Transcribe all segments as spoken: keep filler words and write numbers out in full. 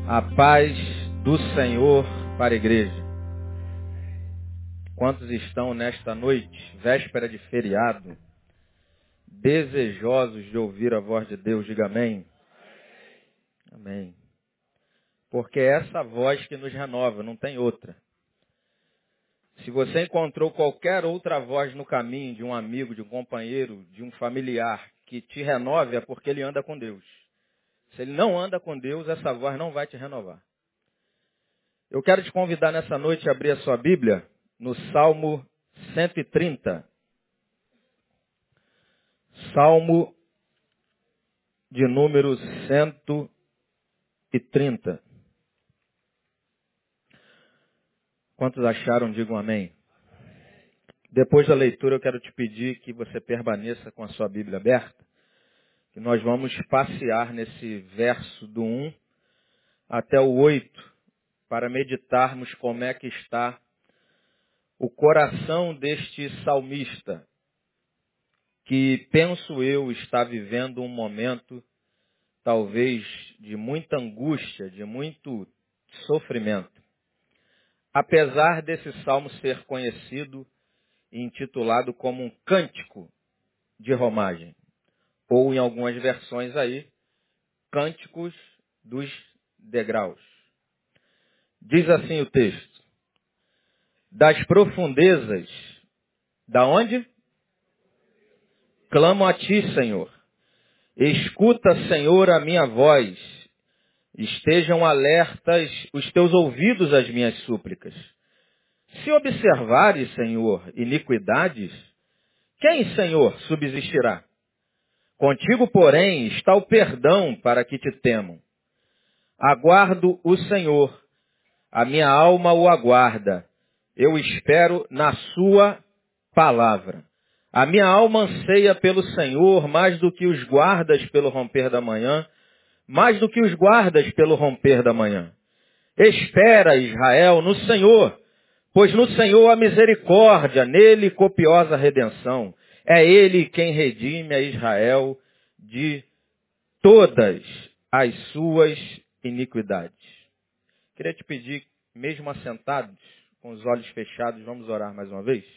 A paz do Senhor para a igreja. Quantos estão nesta noite, véspera de feriado, desejosos de ouvir a voz de Deus? Diga amém. Amém. Porque é essa voz que nos renova, não tem outra. Se você encontrou qualquer outra voz no caminho de um amigo, de um companheiro, de um familiar que te renove, é porque ele anda com Deus. Se ele não anda com Deus, essa voz não vai te renovar. Eu quero te convidar nessa noite a abrir a sua Bíblia no Salmo cento e trinta. Salmo de número cento e trinta. Quantos acharam, digam amém. Depois da leitura eu quero te pedir que você permaneça com a sua Bíblia aberta, que nós vamos passear nesse verso do um até o oito, para meditarmos como é que está o coração deste salmista, que, penso eu, está vivendo um momento, talvez, de muita angústia, de muito sofrimento. Apesar desse salmo ser conhecido e intitulado como um cântico de romagem, ou em algumas versões aí, cânticos dos degraus. Diz assim o texto: das profundezas, da onde? Clamo a ti, Senhor. Escuta, Senhor, a minha voz. Estejam alertas os teus ouvidos às minhas súplicas. Se observares, Senhor, iniquidades, quem, Senhor, subsistirá? Contigo, porém, está o perdão para que te temam. Aguardo o Senhor, a minha alma o aguarda. Eu espero na sua palavra. A minha alma anseia pelo Senhor mais do que os guardas pelo romper da manhã, mais do que os guardas pelo romper da manhã. Espera, Israel, no Senhor, pois no Senhor há misericórdia, nele copiosa redenção. É ele quem redime a Israel de todas as suas iniquidades. Queria te pedir, mesmo assentados, com os olhos fechados, vamos orar mais uma vez?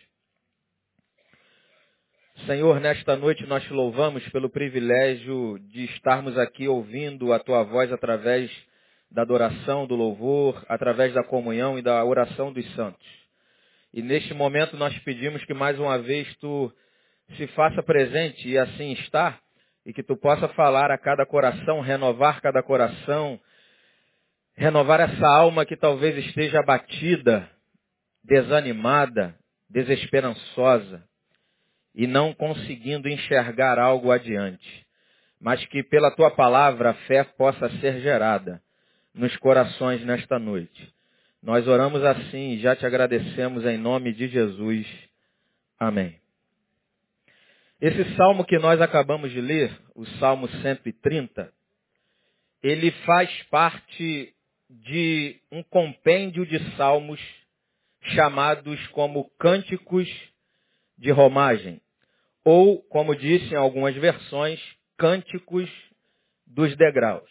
Senhor, nesta noite nós te louvamos pelo privilégio de estarmos aqui ouvindo a tua voz através da adoração, do louvor, através da comunhão e da oração dos santos. E neste momento nós pedimos que mais uma vez tu se faça presente e assim está, e que tu possa falar a cada coração, renovar cada coração, renovar essa alma que talvez esteja abatida, desanimada, desesperançosa, e não conseguindo enxergar algo adiante, mas que pela tua palavra a fé possa ser gerada nos corações nesta noite. Nós oramos assim e já te agradecemos em nome de Jesus. Amém. Esse salmo que nós acabamos de ler, o Salmo cento e trinta, ele faz parte de um compêndio de salmos chamados como cânticos de romagem, ou, como disse em algumas versões, cânticos dos degraus.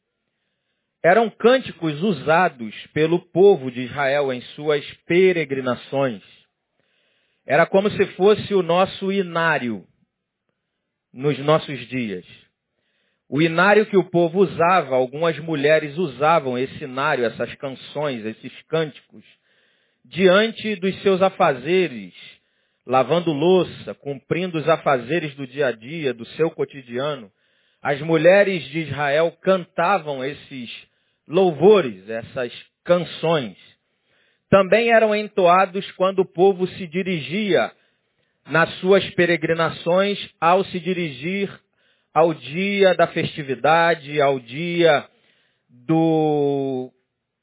Eram cânticos usados pelo povo de Israel em suas peregrinações. Era como se fosse o nosso inário nos nossos dias. O inário que o povo usava, algumas mulheres usavam esse inário, essas canções, esses cânticos, diante dos seus afazeres, lavando louça, cumprindo os afazeres do dia a dia, do seu cotidiano. As mulheres de Israel cantavam esses louvores, essas canções. Também eram entoados quando o povo se dirigia nas suas peregrinações, ao se dirigir ao dia da festividade, ao dia do,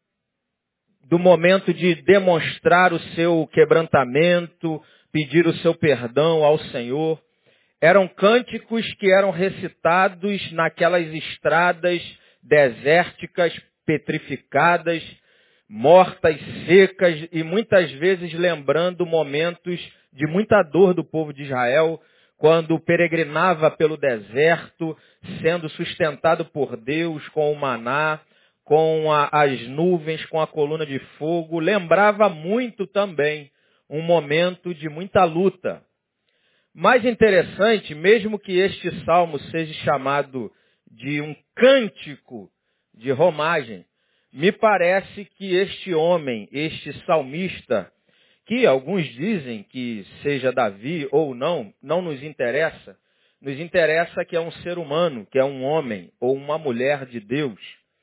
do momento de demonstrar o seu quebrantamento, pedir o seu perdão ao Senhor. Eram cânticos que eram recitados naquelas estradas desérticas, petrificadas, mortas, secas, e muitas vezes lembrando momentos de muita dor do povo de Israel, quando peregrinava pelo deserto, sendo sustentado por Deus com o maná, com a, as nuvens, com a coluna de fogo, lembrava muito também um momento de muita luta. Mais interessante, mesmo que este salmo seja chamado de um cântico de romagem, me parece que este homem, este salmista, que alguns dizem que seja Davi ou não, não nos interessa. Nos interessa que é um ser humano, que é um homem ou uma mulher de Deus.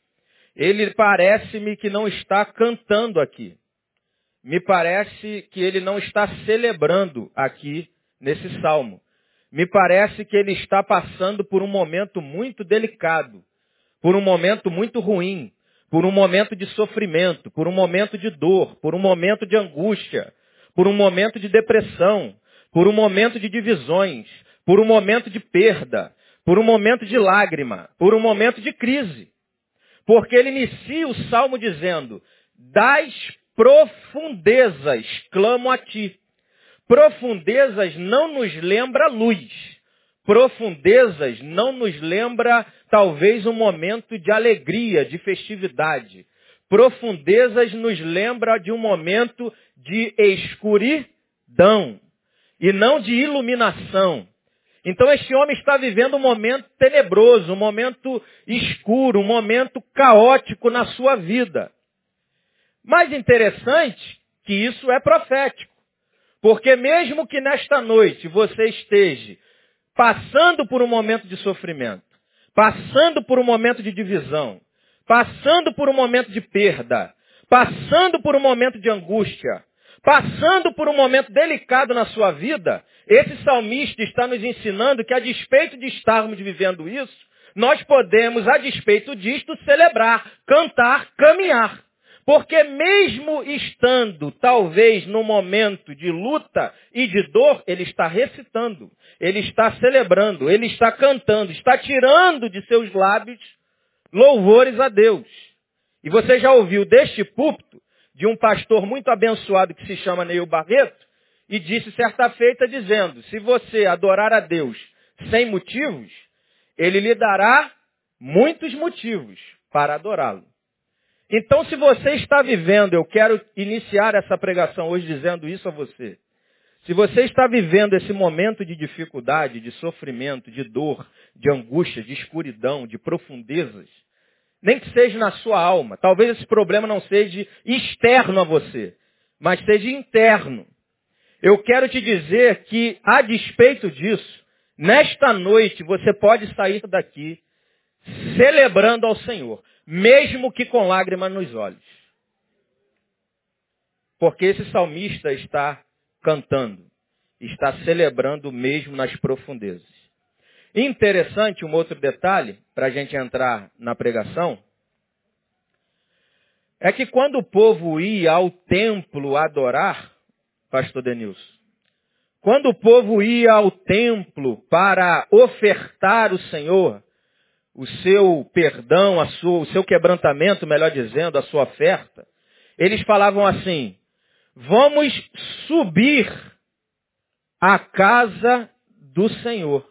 Ele parece-me que não está cantando aqui. Me parece que ele não está celebrando aqui nesse salmo. Me parece que ele está passando por um momento muito delicado, por um momento muito ruim, por um momento de sofrimento, por um momento de dor, por um momento de angústia, por um momento de depressão, por um momento de divisões, por um momento de perda, por um momento de lágrima, por um momento de crise. Porque ele inicia o salmo dizendo, das profundezas clamo a ti. Profundezas não nos lembra luz. Profundezas não nos lembra, talvez, um momento de alegria, de festividade. Profundezas nos lembra de um momento de escuridão e não de iluminação. Então este homem está vivendo um momento tenebroso, um momento escuro, um momento caótico na sua vida. Mais interessante que isso é profético. Porque mesmo que nesta noite você esteja passando por um momento de sofrimento, passando por um momento de divisão, passando por um momento de perda, passando por um momento de angústia, passando por um momento delicado na sua vida, esse salmista está nos ensinando que a despeito de estarmos vivendo isso, nós podemos, a despeito disto, celebrar, cantar, caminhar. Porque mesmo estando, talvez, num momento de luta e de dor, ele está recitando, ele está celebrando, ele está cantando, está tirando de seus lábios louvores a Deus. E você já ouviu deste púlpito, de um pastor muito abençoado que se chama Neil Barreto, e disse certa feita dizendo, se você adorar a Deus sem motivos, ele lhe dará muitos motivos para adorá-lo. Então, se você está vivendo, eu quero iniciar essa pregação hoje dizendo isso a você. Se você está vivendo esse momento de dificuldade, de sofrimento, de dor, de angústia, de escuridão, de profundezas, nem que seja na sua alma, talvez esse problema não seja externo a você, mas seja interno. Eu quero te dizer que, a despeito disso, nesta noite você pode sair daqui celebrando ao Senhor, mesmo que com lágrimas nos olhos. Porque esse salmista está cantando, está celebrando mesmo nas profundezas. Interessante, um outro detalhe, para a gente entrar na pregação, é que quando o povo ia ao templo adorar, pastor Denilson, quando o povo ia ao templo para ofertar o Senhor, o seu perdão, a sua, o seu quebrantamento, melhor dizendo, a sua oferta, eles falavam assim, vamos subir à casa do Senhor.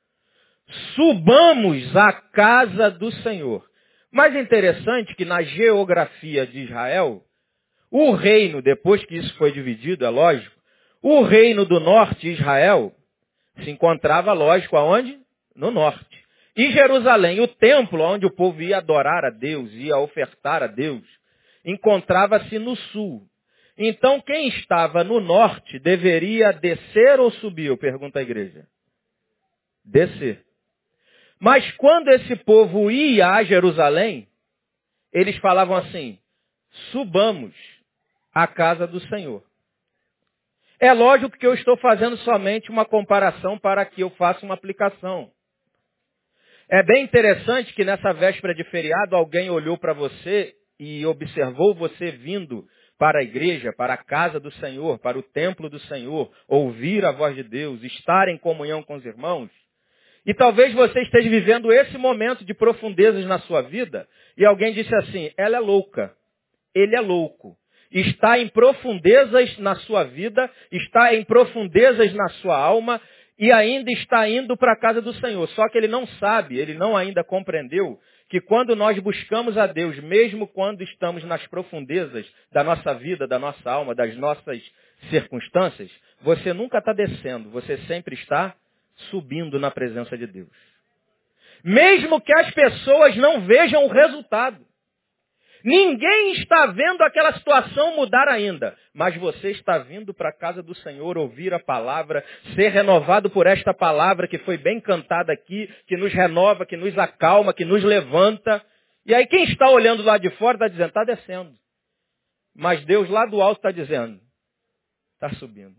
Subamos à casa do Senhor. Mais interessante que na geografia de Israel, o reino, depois que isso foi dividido, é lógico, o reino do norte, Israel, se encontrava, lógico, aonde? No norte. E Jerusalém, o templo onde o povo ia adorar a Deus, ia ofertar a Deus, encontrava-se no sul. Então, quem estava no norte deveria descer ou subir? Eu pergunto à igreja. Descer. Mas quando esse povo ia a Jerusalém, eles falavam assim, subamos à casa do Senhor. É lógico que eu estou fazendo somente uma comparação para que eu faça uma aplicação. É bem interessante que nessa véspera de feriado alguém olhou para você e observou você vindo para a igreja, para a casa do Senhor, para o templo do Senhor, ouvir a voz de Deus, estar em comunhão com os irmãos. E talvez você esteja vivendo esse momento de profundezas na sua vida e alguém disse assim, ela é louca, ele é louco. Está em profundezas na sua vida, está em profundezas na sua alma e ainda está indo para a casa do Senhor. Só que ele não sabe, ele não ainda compreendeu que quando nós buscamos a Deus, mesmo quando estamos nas profundezas da nossa vida, da nossa alma, das nossas circunstâncias, você nunca está descendo, você sempre está subindo na presença de Deus. Mesmo que as pessoas não vejam o resultado. Ninguém está vendo aquela situação mudar ainda, mas você está vindo para a casa do Senhor ouvir a palavra, ser renovado por esta palavra que foi bem cantada aqui, que nos renova, que nos acalma, que nos levanta. E aí quem está olhando lá de fora está dizendo, está descendo. Mas Deus lá do alto está dizendo, está subindo.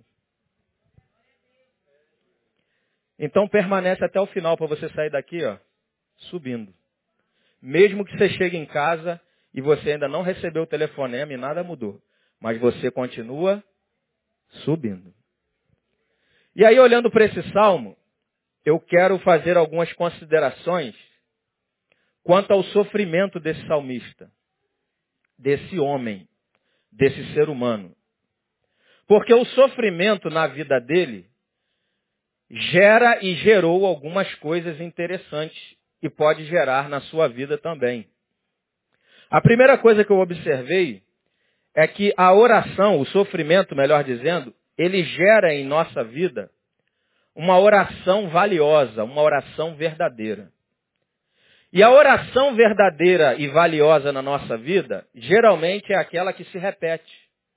Então permanece até o final para você sair daqui, ó, subindo. Mesmo que você chegue em casa e você ainda não recebeu o telefonema e nada mudou. Mas você continua subindo. E aí, olhando para esse salmo, eu quero fazer algumas considerações quanto ao sofrimento desse salmista, desse homem, desse ser humano. Porque o sofrimento na vida dele gera e gerou algumas coisas interessantes e pode gerar na sua vida também. A primeira coisa que eu observei é que a oração, o sofrimento, melhor dizendo, ele gera em nossa vida uma oração valiosa, uma oração verdadeira. E a oração verdadeira e valiosa na nossa vida, geralmente é aquela que se repete.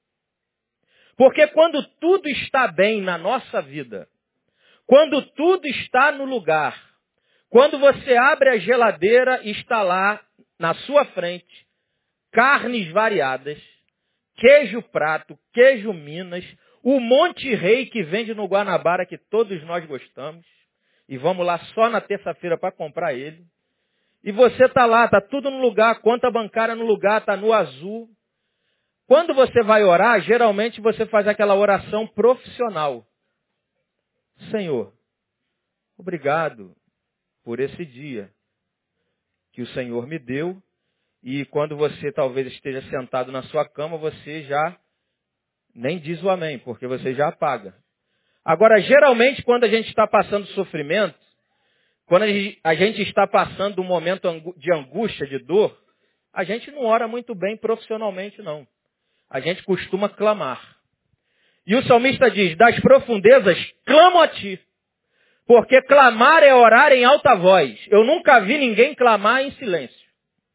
Porque quando tudo está bem na nossa vida, quando tudo está no lugar, quando você abre a geladeira e está lá na sua frente, carnes variadas, queijo prato, queijo Minas, o Monte Rei que vende no Guanabara que todos nós gostamos, e vamos lá só na terça-feira para comprar ele, e você está lá, está tudo no lugar, conta bancária no lugar, está no azul. Quando você vai orar, geralmente você faz aquela oração profissional. Senhor, obrigado por esse dia que o Senhor me deu. E quando você talvez esteja sentado na sua cama, você já nem diz o amém, porque você já apaga. Agora, geralmente, quando a gente está passando sofrimento, quando a gente está passando um momento de angústia, de dor, a gente não ora muito bem profissionalmente, não. A gente costuma clamar. E o salmista diz, das profundezas, clamo a ti. Porque clamar é orar em alta voz. Eu nunca vi ninguém clamar em silêncio.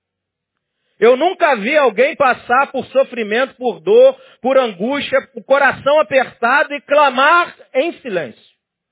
Eu nunca vi alguém passar por sofrimento, por dor, por angústia, por coração apertado e clamar em silêncio.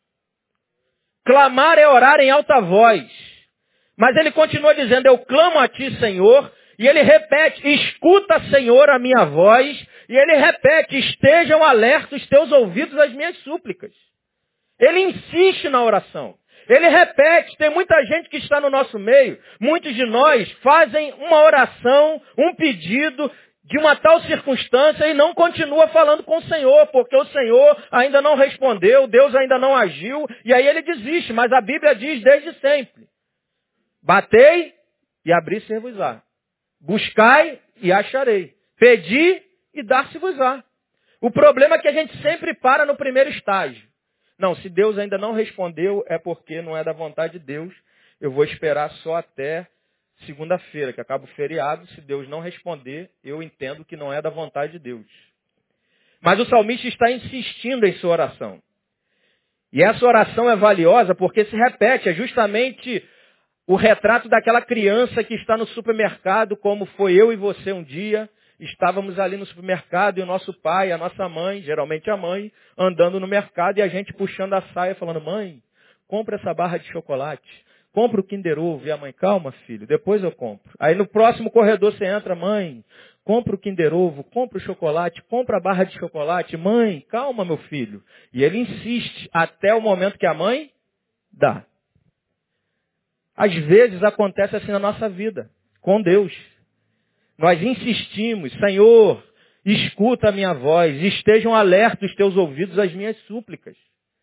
Clamar é orar em alta voz. Mas ele continua dizendo, eu clamo a ti, Senhor, e ele repete, escuta, Senhor, a minha voz, e ele repete, estejam alertos os teus ouvidos às minhas súplicas. Ele insiste na oração. Ele repete, tem muita gente que está no nosso meio, muitos de nós fazem uma oração, um pedido de uma tal circunstância e não continua falando com o Senhor, porque o Senhor ainda não respondeu, Deus ainda não agiu, e aí ele desiste, mas a Bíblia diz desde sempre, batei e abri-se-vos-á, buscai e acharei, pedi e dar-se-vos-á. O problema é que a gente sempre para no primeiro estágio. Não, se Deus ainda não respondeu, é porque não é da vontade de Deus. Eu vou esperar só até segunda-feira, que acaba o feriado. Se Deus não responder, eu entendo que não é da vontade de Deus. Mas o salmista está insistindo em sua oração. E essa oração é valiosa porque se repete. É justamente o retrato daquela criança que está no supermercado, como foi eu e você um dia. Estávamos ali no supermercado e o nosso pai, a nossa mãe, geralmente a mãe, andando no mercado e a gente puxando a saia falando, mãe, compra essa barra de chocolate, compra o Kinder Ovo. E a mãe, calma filho, depois eu compro. Aí no próximo corredor você entra, mãe, compra o Kinder Ovo, compra o chocolate, compra a barra de chocolate. Mãe, calma meu filho. E ele insiste até o momento que a mãe dá. Às vezes acontece assim na nossa vida, com Deus. Nós insistimos, Senhor, escuta a minha voz, estejam alertos os teus ouvidos às minhas súplicas.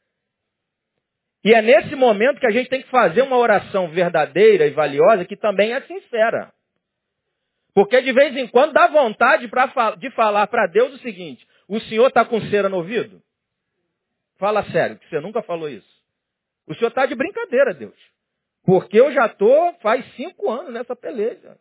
E é nesse momento que a gente tem que fazer uma oração verdadeira e valiosa que também é sincera. Porque de vez em quando dá vontade pra, de falar para Deus o seguinte, o Senhor está com cera no ouvido? Fala sério, que você nunca falou isso. O Senhor está de brincadeira, Deus. Porque eu já estou faz cinco anos nessa peleja.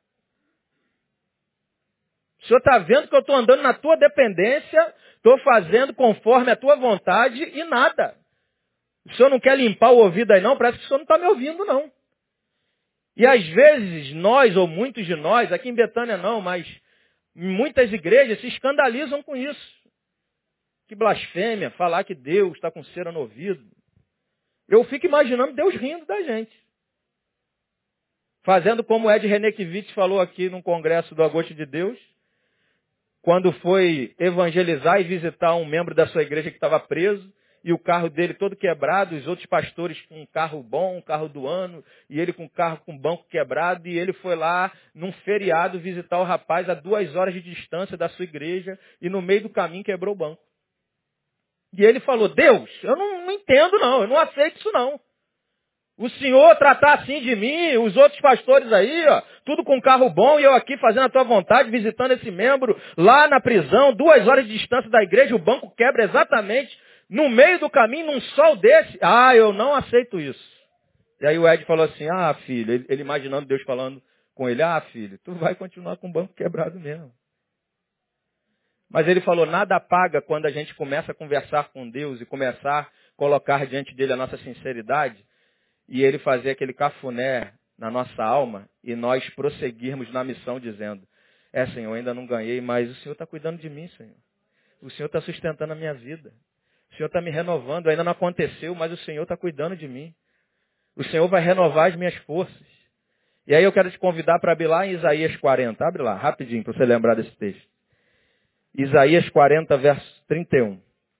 O Senhor está vendo que eu estou andando na tua dependência, estou fazendo conforme a tua vontade e nada. O Senhor não quer limpar o ouvido aí não, parece que o Senhor não está me ouvindo não. E às vezes nós, ou muitos de nós, aqui em Betânia não, mas em muitas igrejas se escandalizam com isso. Que blasfêmia, falar que Deus está com cera no ouvido. Eu fico imaginando Deus rindo da gente. Fazendo como Ed Renekiewicz falou aqui num congresso do Agosto de Deus, quando foi evangelizar e visitar um membro da sua igreja que estava preso, e o carro dele todo quebrado, os outros pastores com um carro bom, um carro do ano, e ele com um carro com banco quebrado, e ele foi lá num feriado visitar o rapaz a duas horas de distância da sua igreja, e no meio do caminho quebrou o banco. E ele falou, Deus, eu não, não entendo não, eu não aceito isso não. O Senhor tratar assim de mim, os outros pastores aí, ó, tudo com carro bom, e eu aqui fazendo a tua vontade, visitando esse membro lá na prisão, duas horas de distância da igreja, o banco quebra exatamente no meio do caminho, num sol desse. Ah, eu não aceito isso. E aí o Ed falou assim, ah, filho, ele, ele imaginando Deus falando com ele, ah, filho, tu vai continuar com o banco quebrado mesmo. Mas ele falou, nada paga quando a gente começa a conversar com Deus e começar a colocar diante dele a nossa sinceridade, e ele fazer aquele cafuné na nossa alma e nós prosseguirmos na missão dizendo, é, Senhor, eu ainda não ganhei, mas o Senhor está cuidando de mim, Senhor. O Senhor está sustentando a minha vida. O Senhor está me renovando, ainda não aconteceu, mas o Senhor está cuidando de mim. O Senhor vai renovar as minhas forças. E aí eu quero te convidar para abrir lá em Isaías quarenta. Abre lá, rapidinho, para você lembrar desse texto. Isaías quarenta, verso trinta e um.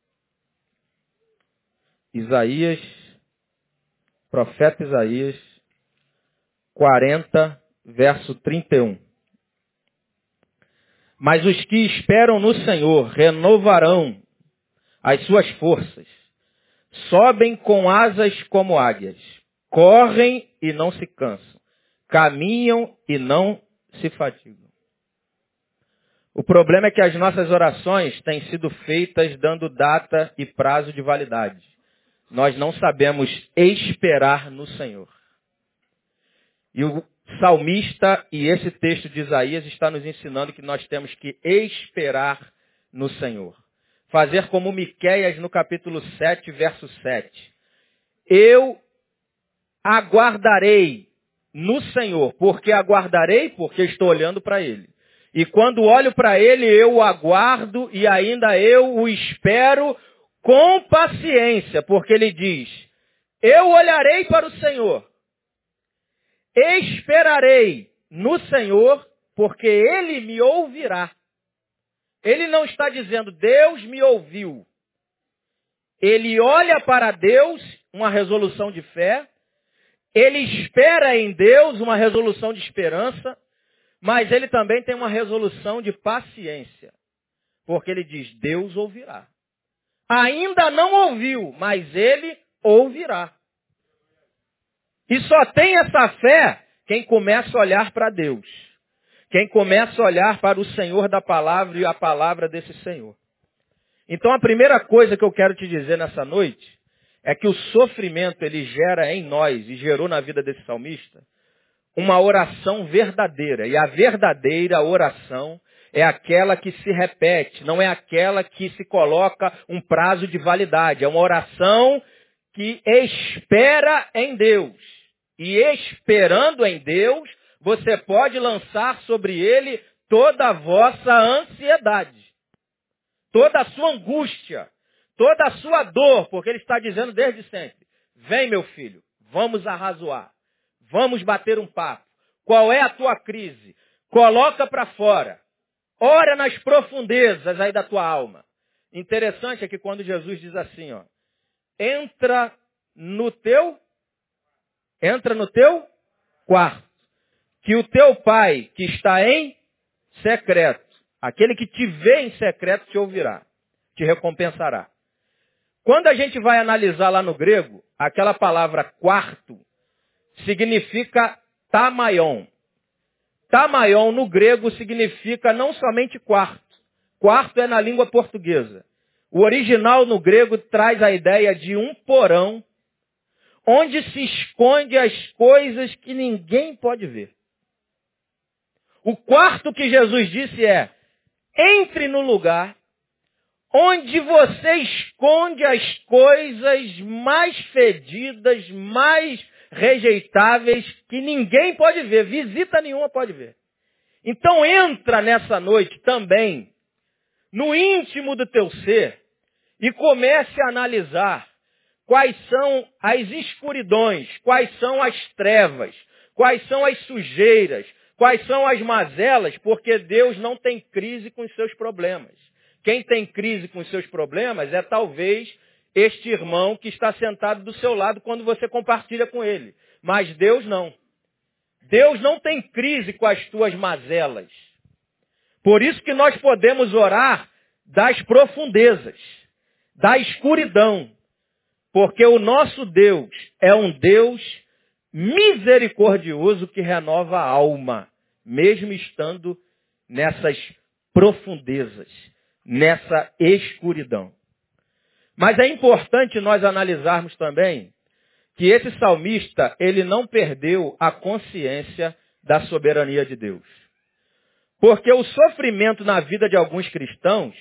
Isaías, profeta Isaías, quarenta, verso trinta e um. Mas os que esperam no Senhor renovarão as suas forças, sobem com asas como águias, correm e não se cansam, caminham e não se fatigam. O problema é que as nossas orações têm sido feitas dando data e prazo de validade. Nós não sabemos esperar no Senhor. E o salmista e esse texto de Isaías está nos ensinando que nós temos que esperar no Senhor. Fazer como Miqueias no capítulo sete, verso sete. Eu aguardarei no Senhor. Porque aguardarei? Porque estou olhando para Ele. E quando olho para Ele, eu o aguardo e ainda eu o espero com paciência. Porque Ele diz, eu olharei para o Senhor. Esperarei no Senhor, porque Ele me ouvirá. Ele não está dizendo, Deus me ouviu. Ele olha para Deus, uma resolução de fé. Ele espera em Deus, uma resolução de esperança. Mas ele também tem uma resolução de paciência. Porque ele diz, Deus ouvirá. Ainda não ouviu, mas ele ouvirá. E só tem essa fé quem começa a olhar para Deus. Quem começa a olhar para o Senhor da palavra e a palavra desse Senhor. Então a primeira coisa que eu quero te dizer nessa noite é que o sofrimento ele gera em nós e gerou na vida desse salmista uma oração verdadeira. E a verdadeira oração é aquela que se repete, não é aquela que se coloca um prazo de validade. É uma oração que espera em Deus. E esperando em Deus, você pode lançar sobre ele toda a vossa ansiedade, toda a sua angústia, toda a sua dor, porque ele está dizendo desde sempre, vem meu filho, vamos arrazoar, vamos bater um papo. Qual é a tua crise? Coloca para fora. Ora nas profundezas aí da tua alma. Interessante é que quando Jesus diz assim, ó, entra no teu, entra no teu quarto. Que o teu pai que está em secreto, aquele que te vê em secreto te ouvirá, te recompensará. Quando a gente vai analisar lá no grego, aquela palavra quarto significa tamaion. Tamaion no grego significa não somente quarto. Quarto é na língua portuguesa. O original no grego traz a ideia de um porão, onde se esconde as coisas que ninguém pode ver. O quarto que Jesus disse é, entre no lugar onde você esconde as coisas mais fedidas, mais rejeitáveis, que ninguém pode ver, visita nenhuma pode ver. Então entra nessa noite também no íntimo do teu ser e comece a analisar quais são as escuridões, quais são as trevas, quais são as sujeiras, quais são as mazelas, porque Deus não tem crise com os seus problemas. Quem tem crise com os seus problemas é talvez este irmão que está sentado do seu lado quando você compartilha com ele. Mas Deus não. Deus não tem crise com as tuas mazelas. Por isso que nós podemos orar das profundezas, da escuridão. Porque o nosso Deus é um Deus misericordioso que renova a alma, mesmo estando nessas profundezas, nessa escuridão. Mas é importante nós analisarmos também que esse salmista, ele não perdeu a consciência da soberania de Deus. Porque o sofrimento na vida de alguns cristãos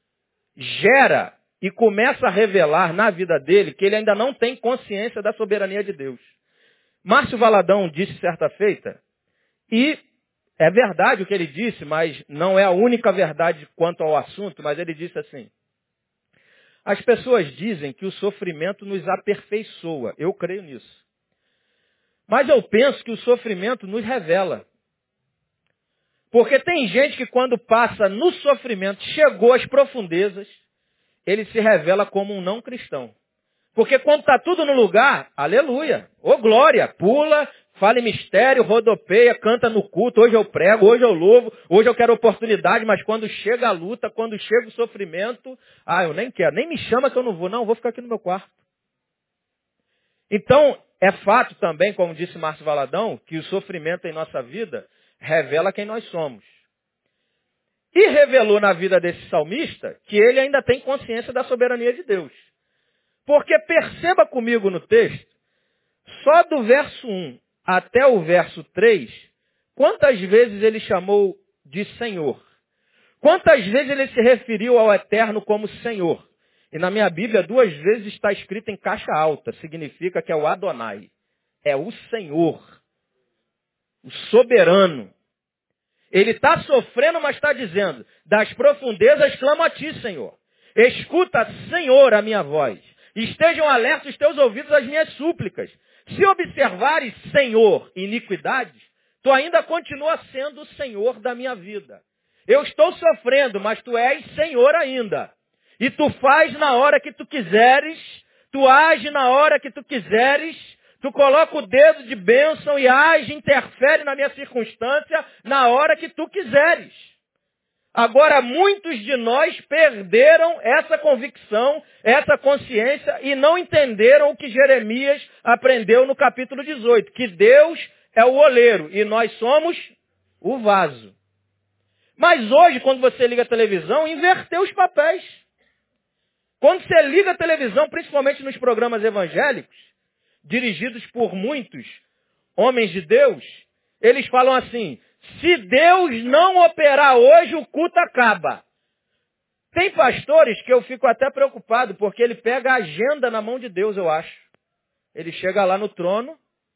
gera e começa a revelar na vida dele que ele ainda não tem consciência da soberania de Deus. Márcio Valadão disse certa feita, e é verdade o que ele disse, mas não é a única verdade quanto ao assunto, mas ele disse assim, as pessoas dizem que o sofrimento nos aperfeiçoa, eu creio nisso. Mas eu penso que o sofrimento nos revela. Porque tem gente que quando passa no sofrimento, chegou às profundezas, ele se revela como um não cristão. Porque quando está tudo no lugar, aleluia, ô glória, pula, fala em mistério, rodopeia, canta no culto, hoje eu prego, hoje eu louvo, hoje eu quero oportunidade, mas quando chega a luta, quando chega o sofrimento, ah, eu nem quero, nem me chama que eu não vou, não, eu vou ficar aqui no meu quarto. Então, é fato também, como disse Márcio Valadão, que o sofrimento em nossa vida revela quem nós somos. E revelou na vida desse salmista que ele ainda tem consciência da soberania de Deus. Porque perceba comigo no texto, só do verso um até o verso três, quantas vezes ele chamou de Senhor? Quantas vezes ele se referiu ao Eterno como Senhor? E na minha Bíblia, duas vezes está escrito em caixa alta, significa que é o Adonai, é o Senhor, o soberano. Ele está sofrendo, mas está dizendo, das profundezas clamo a ti, Senhor. Escuta, Senhor, a minha voz. Estejam alertos os teus ouvidos às minhas súplicas. Se observares, Senhor, iniquidades, tu ainda continua sendo o Senhor da minha vida. Eu estou sofrendo, mas tu és Senhor ainda. E tu faz na hora que tu quiseres, tu age na hora que tu quiseres, tu coloca o dedo de bênção e age, interfere na minha circunstância na hora que tu quiseres. Agora, muitos de nós perderam essa convicção, essa consciência e não entenderam o que Jeremias aprendeu no capítulo dezoito, que Deus é o oleiro e nós somos o vaso. Mas hoje, quando você liga a televisão, inverteu os papéis. Quando você liga a televisão, principalmente nos programas evangélicos, dirigidos por muitos homens de Deus, eles falam assim, se Deus não operar hoje, o culto acaba. Tem pastores que eu fico até preocupado, porque ele pega a agenda na mão de Deus, eu acho. Ele chega lá no trono,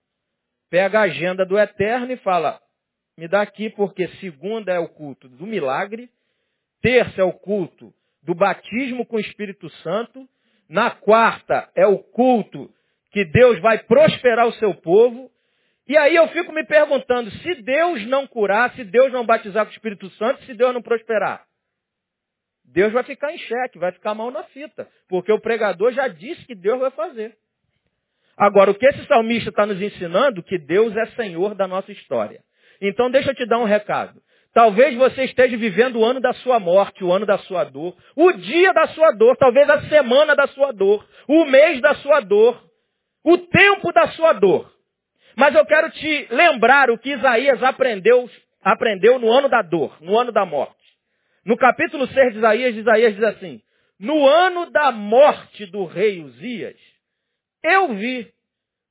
pega a agenda do Eterno e fala, me dá aqui porque segunda é o culto do milagre, terça é o culto do batismo com o Espírito Santo, na quarta é o culto que Deus vai prosperar o seu povo. E aí eu fico me perguntando, se Deus não curar, se Deus não batizar com o Espírito Santo, se Deus não prosperar, Deus vai ficar em xeque, vai ficar mal na fita, porque o pregador já disse que Deus vai fazer. Agora, o que esse salmista está nos ensinando? Que Deus é Senhor da nossa história. Então deixa eu te dar um recado. Talvez você esteja vivendo o ano da sua morte, o ano da sua dor, o dia da sua dor, talvez a semana da sua dor, o mês da sua dor, o tempo da sua dor. Mas eu quero te lembrar o que Isaías aprendeu, aprendeu no ano da dor, no ano da morte. No capítulo seis de Isaías, Isaías diz assim, no ano da morte do rei Uzias, eu vi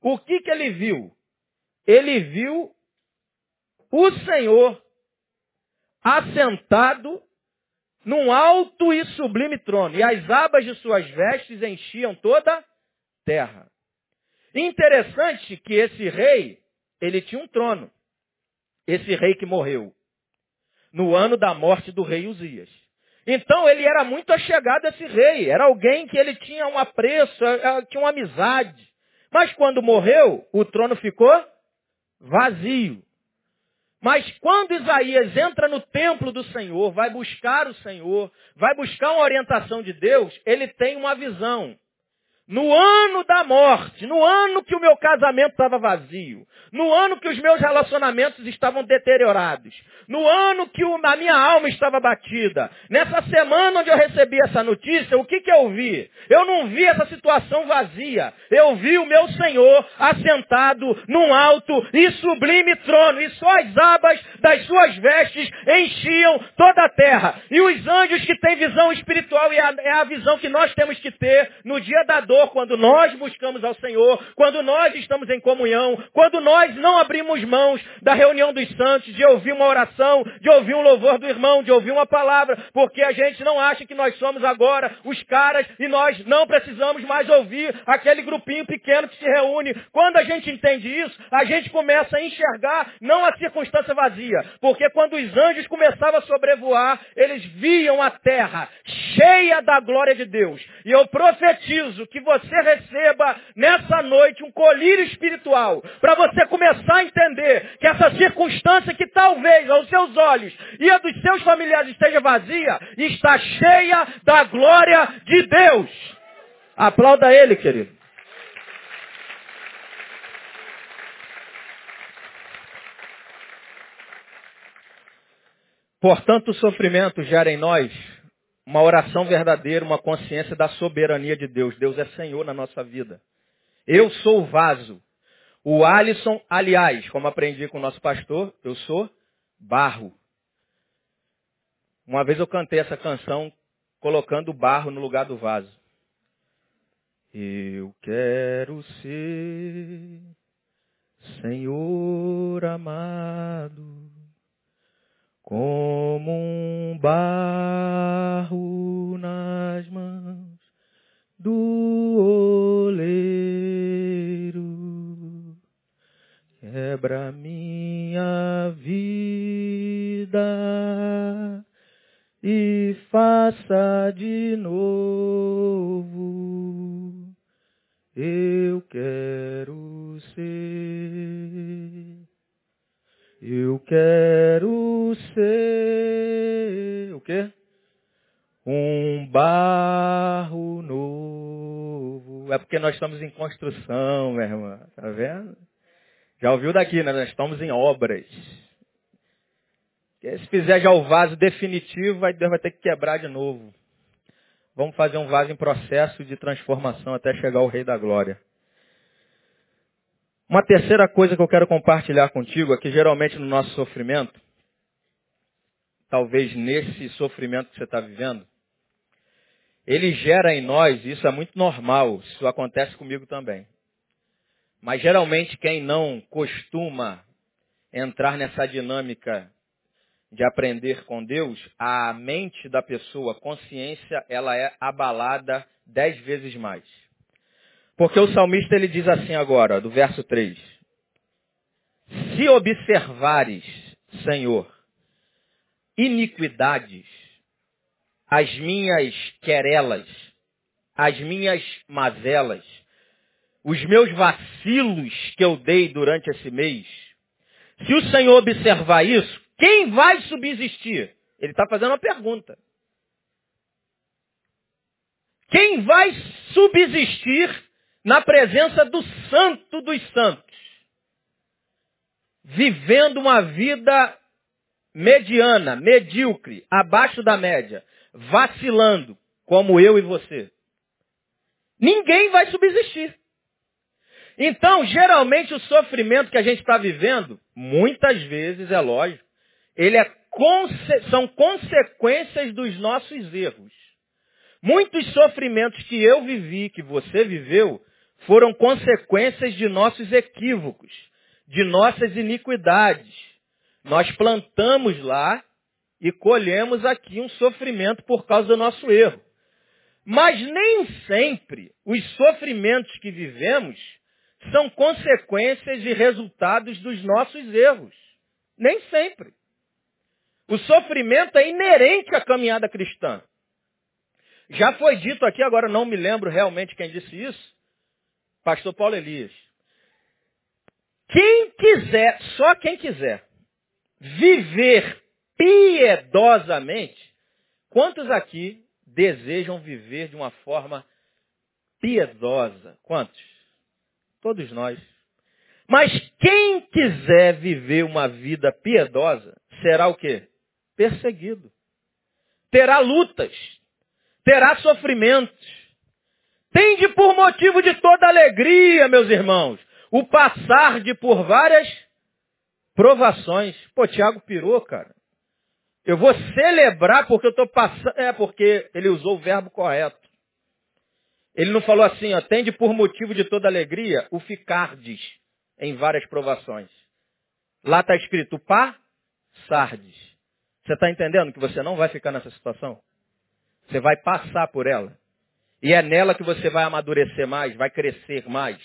o que que ele viu? Ele viu o Senhor assentado num alto e sublime trono, e as abas de suas vestes enchiam toda a terra. Interessante que esse rei, ele tinha um trono. Esse rei que morreu no ano da morte do rei Uzias. Então ele era muito achegado a esse rei. Era alguém que ele tinha um apreço, tinha uma amizade. Mas quando morreu, o trono ficou vazio. Mas quando Isaías entra no templo do Senhor, vai buscar o Senhor, vai buscar uma orientação de Deus, ele tem uma visão. No ano da morte, no ano que o meu casamento estava vazio, no ano que os meus relacionamentos estavam deteriorados, no ano que o, a minha alma estava batida, nessa semana onde eu recebi essa notícia, o que, que eu vi? Eu não vi essa situação vazia. Eu vi o meu Senhor assentado num alto e sublime trono, e só as abas das suas vestes enchiam toda a terra. E os anjos que têm visão espiritual, e é a, é a visão que nós temos que ter no dia da dor, quando nós buscamos ao Senhor, quando nós estamos em comunhão, quando nós não abrimos mãos da reunião dos santos, de ouvir uma oração, de ouvir um louvor do irmão, de ouvir uma palavra, porque a gente não acha que nós somos agora os caras e nós não precisamos mais ouvir aquele grupinho pequeno que se reúne. Quando a gente entende isso, a gente começa a enxergar não a circunstância vazia, porque quando os anjos começavam a sobrevoar, eles viam a terra cheia da glória de Deus. E eu profetizo que você receba nessa noite um colírio espiritual, para você começar a entender que essa circunstância que talvez aos seus olhos e a dos seus familiares esteja vazia, está cheia da glória de Deus. Aplauda ele, querido. Portanto, o sofrimento gera em nós uma oração verdadeira, uma consciência da soberania de Deus. Deus é Senhor na nossa vida. Eu sou o vaso. O Alisson, aliás, como aprendi com o nosso pastor, eu sou barro. Uma vez eu cantei essa canção colocando barro no lugar do vaso. Eu quero ser, Senhor amado, como um barro nas mãos do oleiro. Quebra minha vida e faça de novo. Eu quero ser, eu quero ser, o quê? Um barro novo. É porque nós estamos em construção, minha irmã, tá vendo? Já ouviu daqui, né? Nós estamos em obras. Se fizer já o vaso definitivo, vai, Deus vai ter que quebrar de novo. Vamos fazer um vaso em processo de transformação até chegar ao Rei da Glória. Uma terceira coisa que eu quero compartilhar contigo é que geralmente no nosso sofrimento, talvez nesse sofrimento que você está vivendo, ele gera em nós, isso é muito normal, isso acontece comigo também. Mas geralmente quem não costuma entrar nessa dinâmica de aprender com Deus, a mente da pessoa, a consciência, ela é abalada dez vezes mais. Porque o salmista ele diz assim agora, do verso três. Se observares, Senhor, iniquidades, as minhas querelas, as minhas mazelas, os meus vacilos que eu dei durante esse mês, se o Senhor observar isso, quem vai subsistir? Ele está fazendo uma pergunta. Quem vai subsistir na presença do Santo dos Santos? Vivendo uma vida mediana, medíocre, abaixo da média, vacilando, como eu e você. Ninguém vai subsistir. Então, geralmente, o sofrimento que a gente está vivendo, muitas vezes, é lógico, ele é conse- são consequências dos nossos erros. Muitos sofrimentos que eu vivi, que você viveu, foram consequências de nossos equívocos, de nossas iniquidades. Nós plantamos lá e colhemos aqui um sofrimento por causa do nosso erro. Mas nem sempre os sofrimentos que vivemos são consequências e resultados dos nossos erros. Nem sempre. O sofrimento é inerente à caminhada cristã. Já foi dito aqui, agora não me lembro realmente quem disse isso, pastor Paulo Elias. Quem quiser, só quem quiser, viver piedosamente, quantos aqui desejam viver de uma forma piedosa? Quantos? Todos nós. Mas quem quiser viver uma vida piedosa, será o quê? Perseguido. Terá lutas. Terá sofrimentos. Tende por motivo de toda alegria, meus irmãos, o passar de por várias provações. Pô, Tiago pirou, cara. Eu vou celebrar porque eu estou passando... É, porque ele usou o verbo correto. Ele não falou assim, ó, tende por motivo de toda alegria o ficardes em várias provações. Lá está escrito passardes. Você está entendendo que você não vai ficar nessa situação? Você vai passar por ela. E é nela que você vai amadurecer mais, vai crescer mais.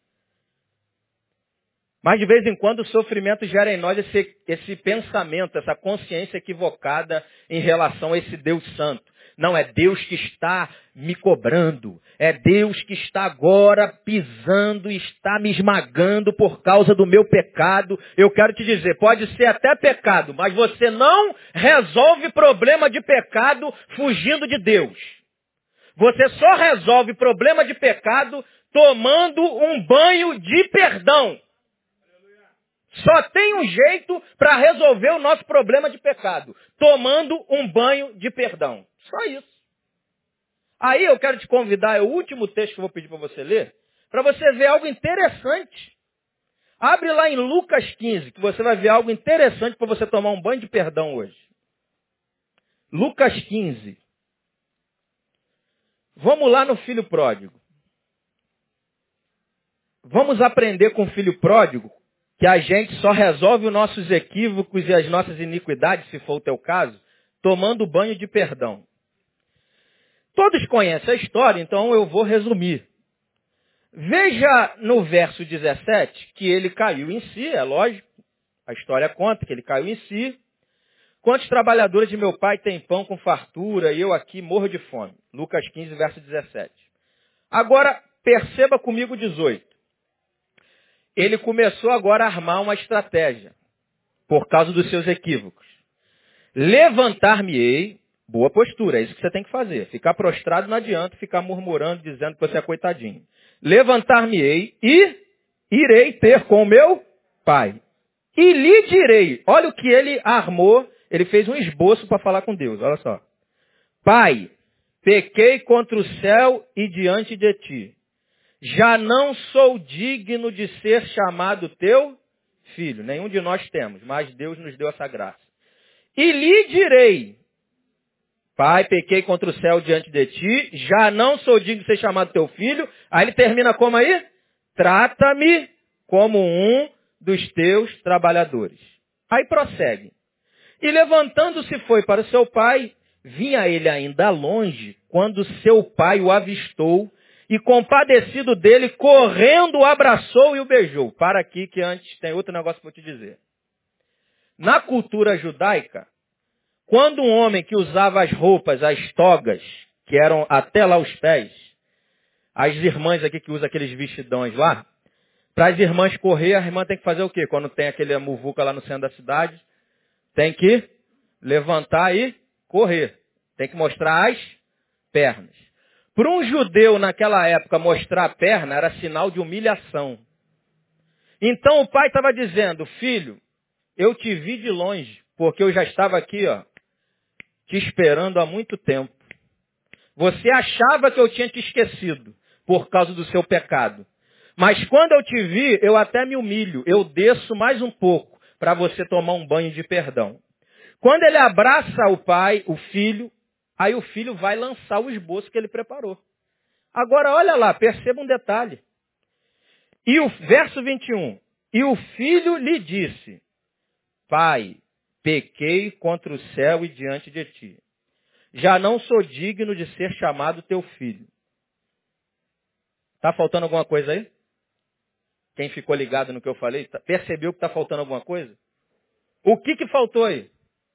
Mas de vez em quando o sofrimento gera em nós esse, esse pensamento, essa consciência equivocada em relação a esse Deus Santo. Não, é Deus que está me cobrando. É Deus que está agora pisando e está me esmagando por causa do meu pecado. Eu quero te dizer, pode ser até pecado, mas você não resolve problema de pecado fugindo de Deus. Você só resolve problema de pecado tomando um banho de perdão. Só tem um jeito para resolver o nosso problema de pecado. Tomando um banho de perdão. Só isso. Aí eu quero te convidar, é o último texto que eu vou pedir para você ler, para você ver algo interessante. Abre lá em Lucas quinze, que você vai ver algo interessante para você tomar um banho de perdão hoje. Lucas quinze. Vamos lá no filho pródigo. Vamos aprender com o filho pródigo que a gente só resolve os nossos equívocos e as nossas iniquidades, se for o teu caso, tomando banho de perdão. Todos conhecem a história, então eu vou resumir. Veja no verso dezessete que ele caiu em si, é lógico, a história conta que ele caiu em si. Quantos trabalhadores de meu pai têm pão com fartura e eu aqui morro de fome? Lucas quinze, verso dezessete. Agora, perceba comigo dezoito. Ele começou agora a armar uma estratégia, por causa dos seus equívocos. Levantar-me-ei, boa postura, é isso que você tem que fazer. Ficar prostrado não adianta, ficar murmurando, dizendo que você é coitadinho. Levantar-me-ei e irei ter com o meu pai. E lhe direi, olha o que ele armou, ele fez um esboço para falar com Deus, olha só. Pai, pequei contra o céu e diante de ti. Já não sou digno de ser chamado teu filho. Nenhum de nós temos, mas Deus nos deu essa graça. E lhe direi, pai, pequei contra o céu diante de ti, já não sou digno de ser chamado teu filho. Aí ele termina como aí? Trata-me como um dos teus trabalhadores. Aí prossegue. E levantando-se foi para o seu pai, vinha ele ainda longe, quando seu pai o avistou, e compadecido dele, correndo, o abraçou e o beijou. Para aqui que antes tem outro negócio para eu te dizer. Na cultura judaica, quando um homem que usava as roupas, as togas, que eram até lá os pés, as irmãs aqui que usam aqueles vestidões lá, para as irmãs correr, a irmã tem que fazer o quê? Quando tem aquele muvuca lá no centro da cidade, tem que levantar e correr. Tem que mostrar as pernas. Para um judeu naquela época mostrar a perna era sinal de humilhação. Então o pai estava dizendo, filho, eu te vi de longe, porque eu já estava aqui, ó, te esperando há muito tempo. Você achava que eu tinha te esquecido por causa do seu pecado. Mas quando eu te vi, eu até me humilho, eu desço mais um pouco para você tomar um banho de perdão. Quando ele abraça o pai, o filho, aí o filho vai lançar o esboço que ele preparou. Agora, olha lá, perceba um detalhe. E o verso vinte e um. E o filho lhe disse, Pai, pequei contra o céu e diante de ti. Já não sou digno de ser chamado teu filho. Está faltando alguma coisa aí? Quem ficou ligado no que eu falei, percebeu que está faltando alguma coisa? O que, que faltou aí?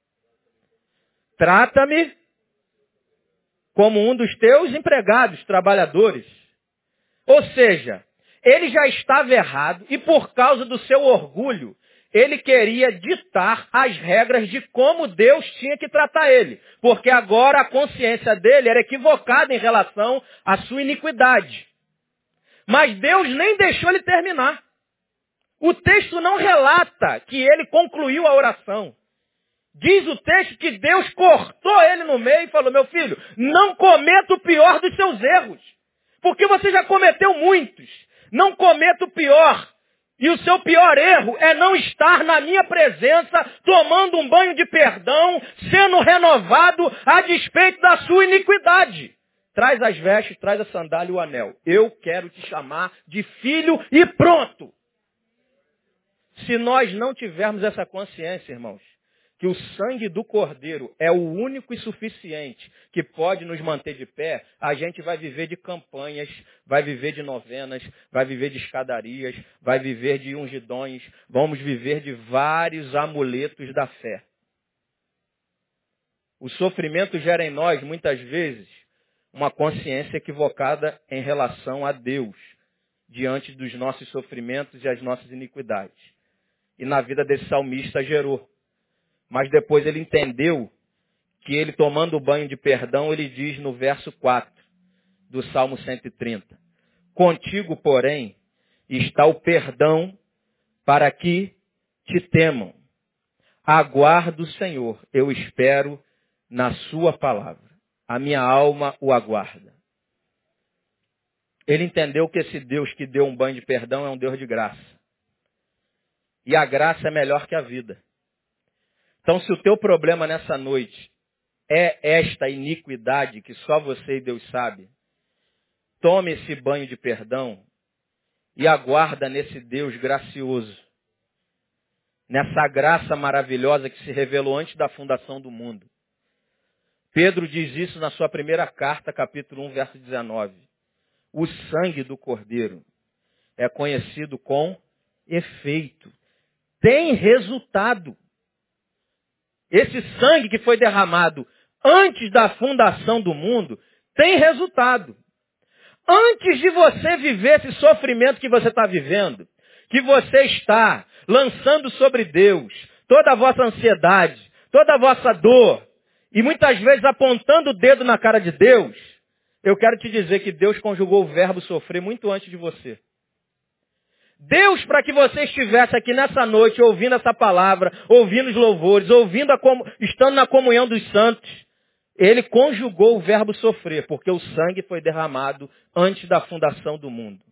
Trata-me como um dos teus empregados, trabalhadores. Ou seja, ele já estava errado e por causa do seu orgulho, ele queria ditar as regras de como Deus tinha que tratar ele. Porque agora a consciência dele era equivocada em relação à sua iniquidade. Mas Deus nem deixou ele terminar. O texto não relata que ele concluiu a oração. Diz o texto que Deus cortou ele no meio e falou, meu filho, não cometa o pior dos seus erros. Porque você já cometeu muitos. Não cometa o pior. E o seu pior erro é não estar na minha presença, tomando um banho de perdão, sendo renovado a despeito da sua iniquidade. Traz as vestes, traz a sandália e o anel. Eu quero te chamar de filho e pronto. Se nós não tivermos essa consciência, irmãos, que o sangue do Cordeiro é o único e suficiente que pode nos manter de pé, a gente vai viver de campanhas, vai viver de novenas, vai viver de escadarias, vai viver de ungidões, vamos viver de vários amuletos da fé. O sofrimento gera em nós, muitas vezes, uma consciência equivocada em relação a Deus, diante dos nossos sofrimentos e as nossas iniquidades. E na vida desse salmista gerou. Mas depois ele entendeu que ele, tomando o banho de perdão, ele diz no verso quatro do Salmo cento e trinta. Contigo, porém, está o perdão para que te temam. Aguardo o Senhor, eu espero na sua palavra. A minha alma o aguarda. Ele entendeu que esse Deus que deu um banho de perdão é um Deus de graça. E a graça é melhor que a vida. Então, se o teu problema nessa noite é esta iniquidade que só você e Deus sabe, tome esse banho de perdão e aguarda nesse Deus gracioso, nessa graça maravilhosa que se revelou antes da fundação do mundo. Pedro diz isso na sua primeira carta, capítulo um, verso dezenove. O sangue do Cordeiro é conhecido com efeito. Tem resultado. Esse sangue que foi derramado antes da fundação do mundo tem resultado. Antes de você viver esse sofrimento que você está vivendo, que você está lançando sobre Deus toda a vossa ansiedade, toda a vossa dor, e muitas vezes apontando o dedo na cara de Deus, eu quero te dizer que Deus conjugou o verbo sofrer muito antes de você. Deus, para que você estivesse aqui nessa noite ouvindo essa palavra, ouvindo os louvores, ouvindo a com... estando na comunhão dos santos, Ele conjugou o verbo sofrer, porque o sangue foi derramado antes da fundação do mundo.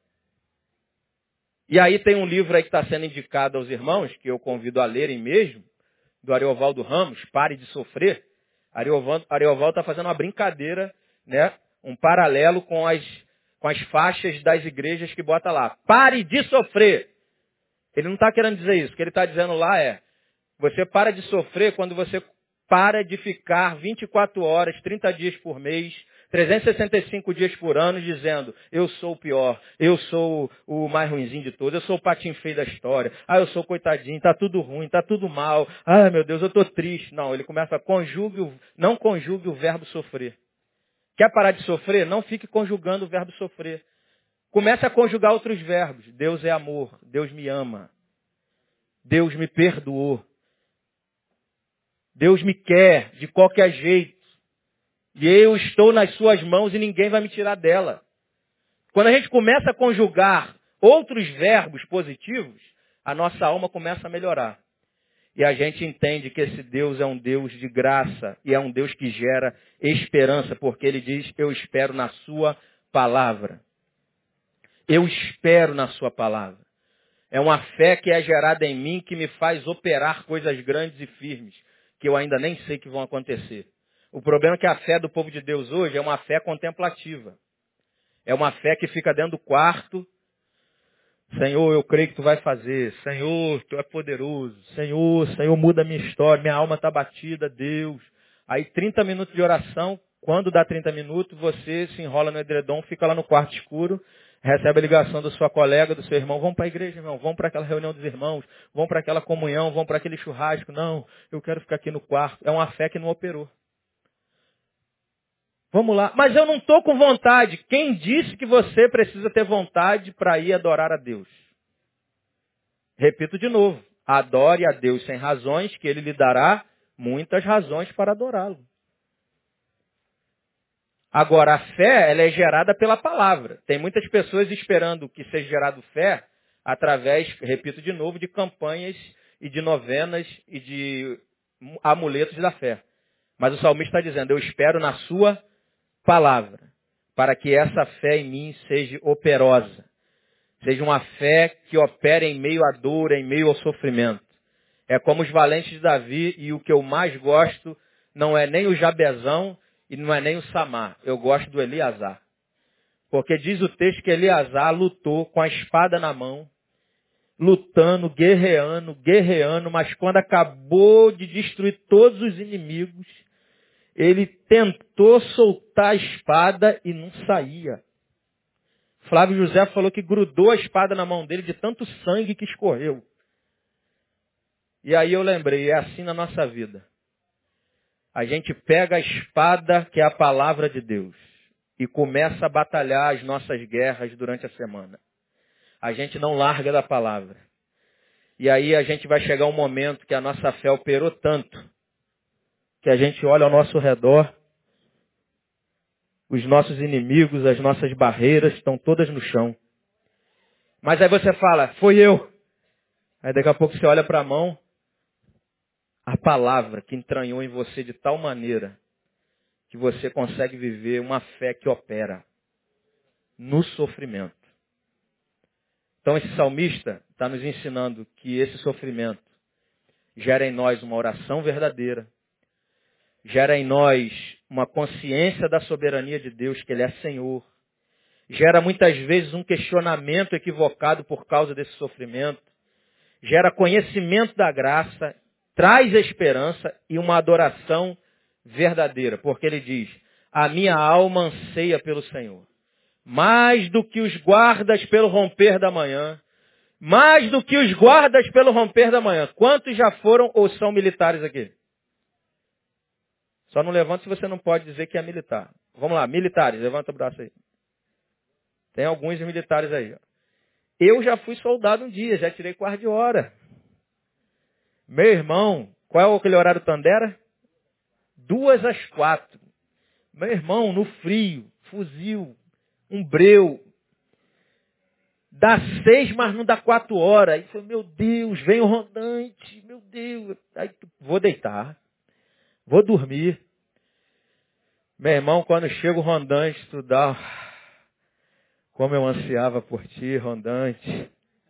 E aí tem um livro aí que está sendo indicado aos irmãos, que eu convido a lerem mesmo, do Ariovaldo Ramos, Pare de Sofrer. Ariovaldo está fazendo uma brincadeira, né? Um paralelo com as... com as faixas das igrejas que bota lá. Pare de sofrer. Ele não está querendo dizer isso. O que ele está dizendo lá é, você para de sofrer quando você para de ficar vinte e quatro horas, trinta dias por mês, trezentos e sessenta e cinco dias por ano, dizendo, eu sou o pior, eu sou o mais ruinzinho de todos, eu sou o patinho feio da história, ah, eu sou coitadinho, está tudo ruim, está tudo mal, ah, meu Deus, eu estou triste. Não, ele começa a conjugue, o, não conjugue o verbo sofrer. Quer parar de sofrer? Não fique conjugando o verbo sofrer. Comece a conjugar outros verbos. Deus é amor. Deus me ama. Deus me perdoou. Deus me quer de qualquer jeito. E eu estou nas suas mãos e ninguém vai me tirar dela. Quando a gente começa a conjugar outros verbos positivos, a nossa alma começa a melhorar. E a gente entende que esse Deus é um Deus de graça e é um Deus que gera esperança, porque Ele diz, eu espero na sua palavra. Eu espero na sua palavra. É uma fé que é gerada em mim que me faz operar coisas grandes e firmes, que eu ainda nem sei que vão acontecer. O problema é que a fé do povo de Deus hoje é uma fé contemplativa. É uma fé que fica dentro do quarto, Senhor, eu creio que tu vai fazer. Senhor, tu é poderoso. Senhor, Senhor, muda a minha história. Minha alma está batida, Deus. Aí trinta minutos de oração. Quando dá trinta minutos, você se enrola no edredom, fica lá no quarto escuro, recebe a ligação da sua colega, do seu irmão. Vão para a igreja, irmão. Vão para aquela reunião dos irmãos. Vão para aquela comunhão. Vão para aquele churrasco. Não, eu quero ficar aqui no quarto. É uma fé que não operou. Vamos lá. Mas eu não estou com vontade. Quem disse que você precisa ter vontade para ir adorar a Deus? Repito de novo. Adore a Deus sem razões, que Ele lhe dará muitas razões para adorá-lo. Agora, a fé, ela é gerada pela palavra. Tem muitas pessoas esperando que seja gerado fé através, repito de novo, de campanhas e de novenas e de amuletos da fé. Mas o salmista está dizendo, eu espero na sua palavra, para que essa fé em mim seja operosa. Seja uma fé que opere em meio à dor, em meio ao sofrimento. É como os valentes de Davi, e o que eu mais gosto não é nem o Jabezão e não é nem o Samar. Eu gosto do Eleazar. Porque diz o texto que Eleazar lutou com a espada na mão, lutando, guerreando, guerreando, mas quando acabou de destruir todos os inimigos, ele tentou soltar a espada e não saía. Flávio José falou que grudou a espada na mão dele de tanto sangue que escorreu. E aí eu lembrei, é assim na nossa vida. A gente pega a espada, que é a palavra de Deus, e começa a batalhar as nossas guerras durante a semana. A gente não larga da palavra. E aí a gente vai chegar um momento que a nossa fé operou tanto, que a gente olha ao nosso redor, os nossos inimigos, as nossas barreiras estão todas no chão. Mas aí você fala, foi eu. Aí daqui a pouco você olha para a mão, a palavra que entranhou em você de tal maneira que você consegue viver uma fé que opera no sofrimento. Então esse salmista está nos ensinando que esse sofrimento gera em nós uma oração verdadeira, gera em nós uma consciência da soberania de Deus, que Ele é Senhor. Gera muitas vezes um questionamento equivocado por causa desse sofrimento. Gera conhecimento da graça, traz esperança e uma adoração verdadeira. Porque Ele diz, a minha alma anseia pelo Senhor. Mais do que os guardas pelo romper da manhã. Mais do que os guardas pelo romper da manhã. Quantos já foram ou são militares aqui? Só não levanta se você não pode dizer que é militar. Vamos lá, militares, levanta o braço aí. Tem alguns militares aí. Ó. Eu já fui soldado um dia, já tirei quarto de hora. Meu irmão, qual é aquele horário Tandera? Duas às quatro. Meu irmão, no frio, fuzil, um breu. Dá seis, mas não dá quatro horas. Aí foi, meu Deus, vem o rondante, meu Deus. Aí vou deitar, vou dormir. Meu irmão, quando chega o rondante, estudar, como eu ansiava por ti, rondante.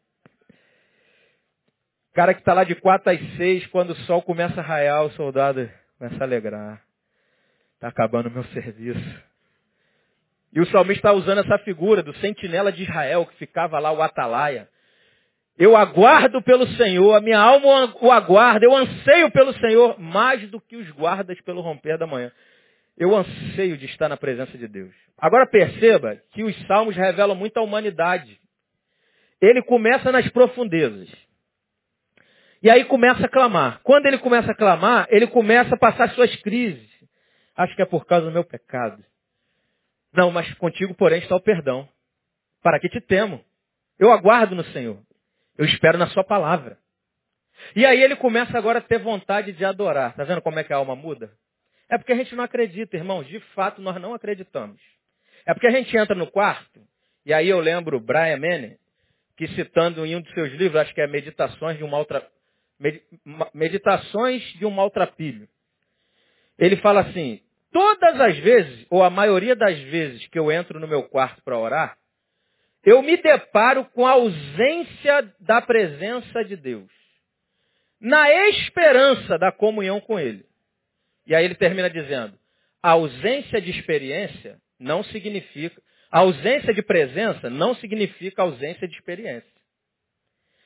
Cara que está lá de quatro às seis, quando o sol começa a raiar, o soldado começa a alegrar. Está acabando o meu serviço. E o salmista está usando essa figura do sentinela de Israel, que ficava lá, o atalaia. Eu aguardo pelo Senhor, a minha alma o aguarda, eu anseio pelo Senhor, mais do que os guardas pelo romper da manhã. Eu anseio de estar na presença de Deus. Agora perceba que os salmos revelam muito a humanidade. Ele começa nas profundezas. E aí começa a clamar. Quando ele começa a clamar, ele começa a passar suas crises. Acho que é por causa do meu pecado. Não, mas contigo, porém, está o perdão. Para que te temo? Eu aguardo no Senhor. Eu espero na sua palavra. E aí ele começa agora a ter vontade de adorar. Está vendo como é que a alma muda? É porque a gente não acredita, irmãos. De fato, nós não acreditamos. É porque a gente entra no quarto, e aí eu lembro Brian Manning, que citando em um de seus livros, acho que é Meditações de um Maltra... Meditações de um Maltrapilho. Ele fala assim, todas as vezes, ou a maioria das vezes que eu entro no meu quarto para orar, eu me deparo com a ausência da presença de Deus, na esperança da comunhão com Ele. E aí ele termina dizendo, a ausência de experiência não significa, a ausência de presença não significa ausência de experiência.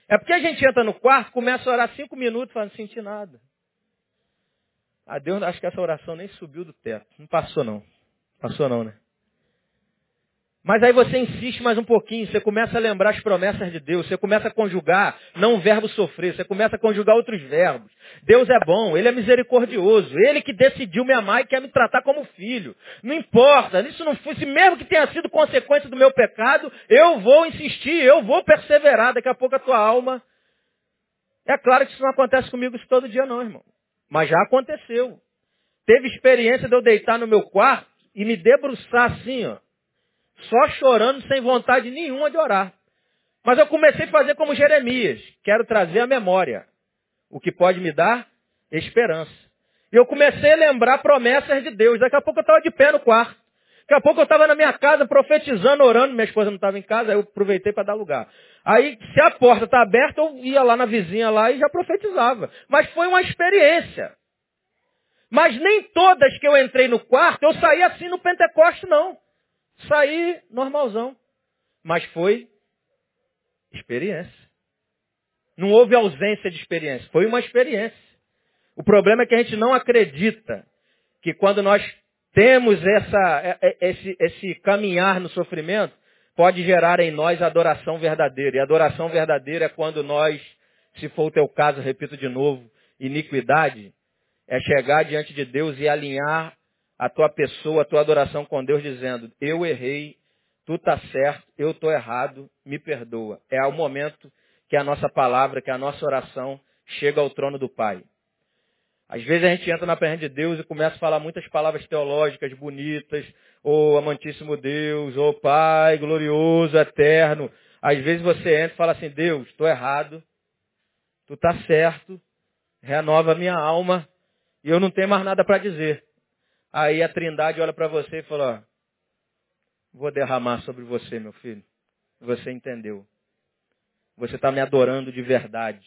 É porque a gente entra no quarto, começa a orar cinco minutos, fala, não senti nada. Ah, Deus, acho que essa oração nem subiu do teto. Não passou não. Passou não, né? Mas aí você insiste mais um pouquinho, você começa a lembrar as promessas de Deus, você começa a conjugar, não o verbo sofrer, você começa a conjugar outros verbos. Deus é bom, Ele é misericordioso, Ele que decidiu me amar e quer me tratar como filho. Não importa, isso não fosse, mesmo que tenha sido consequência do meu pecado, eu vou insistir, eu vou perseverar, daqui a pouco a tua alma... É claro que isso não acontece comigo isso todo dia não, irmão. Mas já aconteceu. Teve experiência de eu deitar no meu quarto e me debruçar assim, ó. Só chorando, sem vontade nenhuma de orar. Mas eu comecei a fazer como Jeremias. Quero trazer a memória. O que pode me dar esperança. E eu comecei a lembrar promessas de Deus. Daqui a pouco eu estava de pé no quarto. Daqui a pouco eu estava na minha casa profetizando, orando. Minha esposa não estava em casa, aí eu aproveitei para dar lugar. Aí, se a porta está aberta, eu ia lá na vizinha lá e já profetizava. Mas foi uma experiência. Mas nem todas que eu entrei no quarto, eu saí assim no Pentecoste, não. Saí normalzão. Mas foi experiência. Não houve ausência de experiência. Foi uma experiência. O problema é que a gente não acredita que quando nós temos essa, esse, esse caminhar no sofrimento, pode gerar em nós adoração verdadeira. E adoração verdadeira é quando nós, se for o teu caso, repito de novo, iniquidade, é chegar diante de Deus e alinhar a tua pessoa, a tua adoração com Deus, dizendo, eu errei, tu está certo, eu estou errado, me perdoa. É o momento que a nossa palavra, que a nossa oração chega ao trono do Pai. Às vezes a gente entra na presença de Deus e começa a falar muitas palavras teológicas bonitas, ô amantíssimo Deus, ô Pai glorioso, eterno. Às vezes você entra e fala assim, Deus, estou errado, tu está certo, renova a minha alma e eu não tenho mais nada para dizer. Aí a Trindade olha para você e fala, ó, vou derramar sobre você, meu filho. Você entendeu. Você está me adorando de verdade.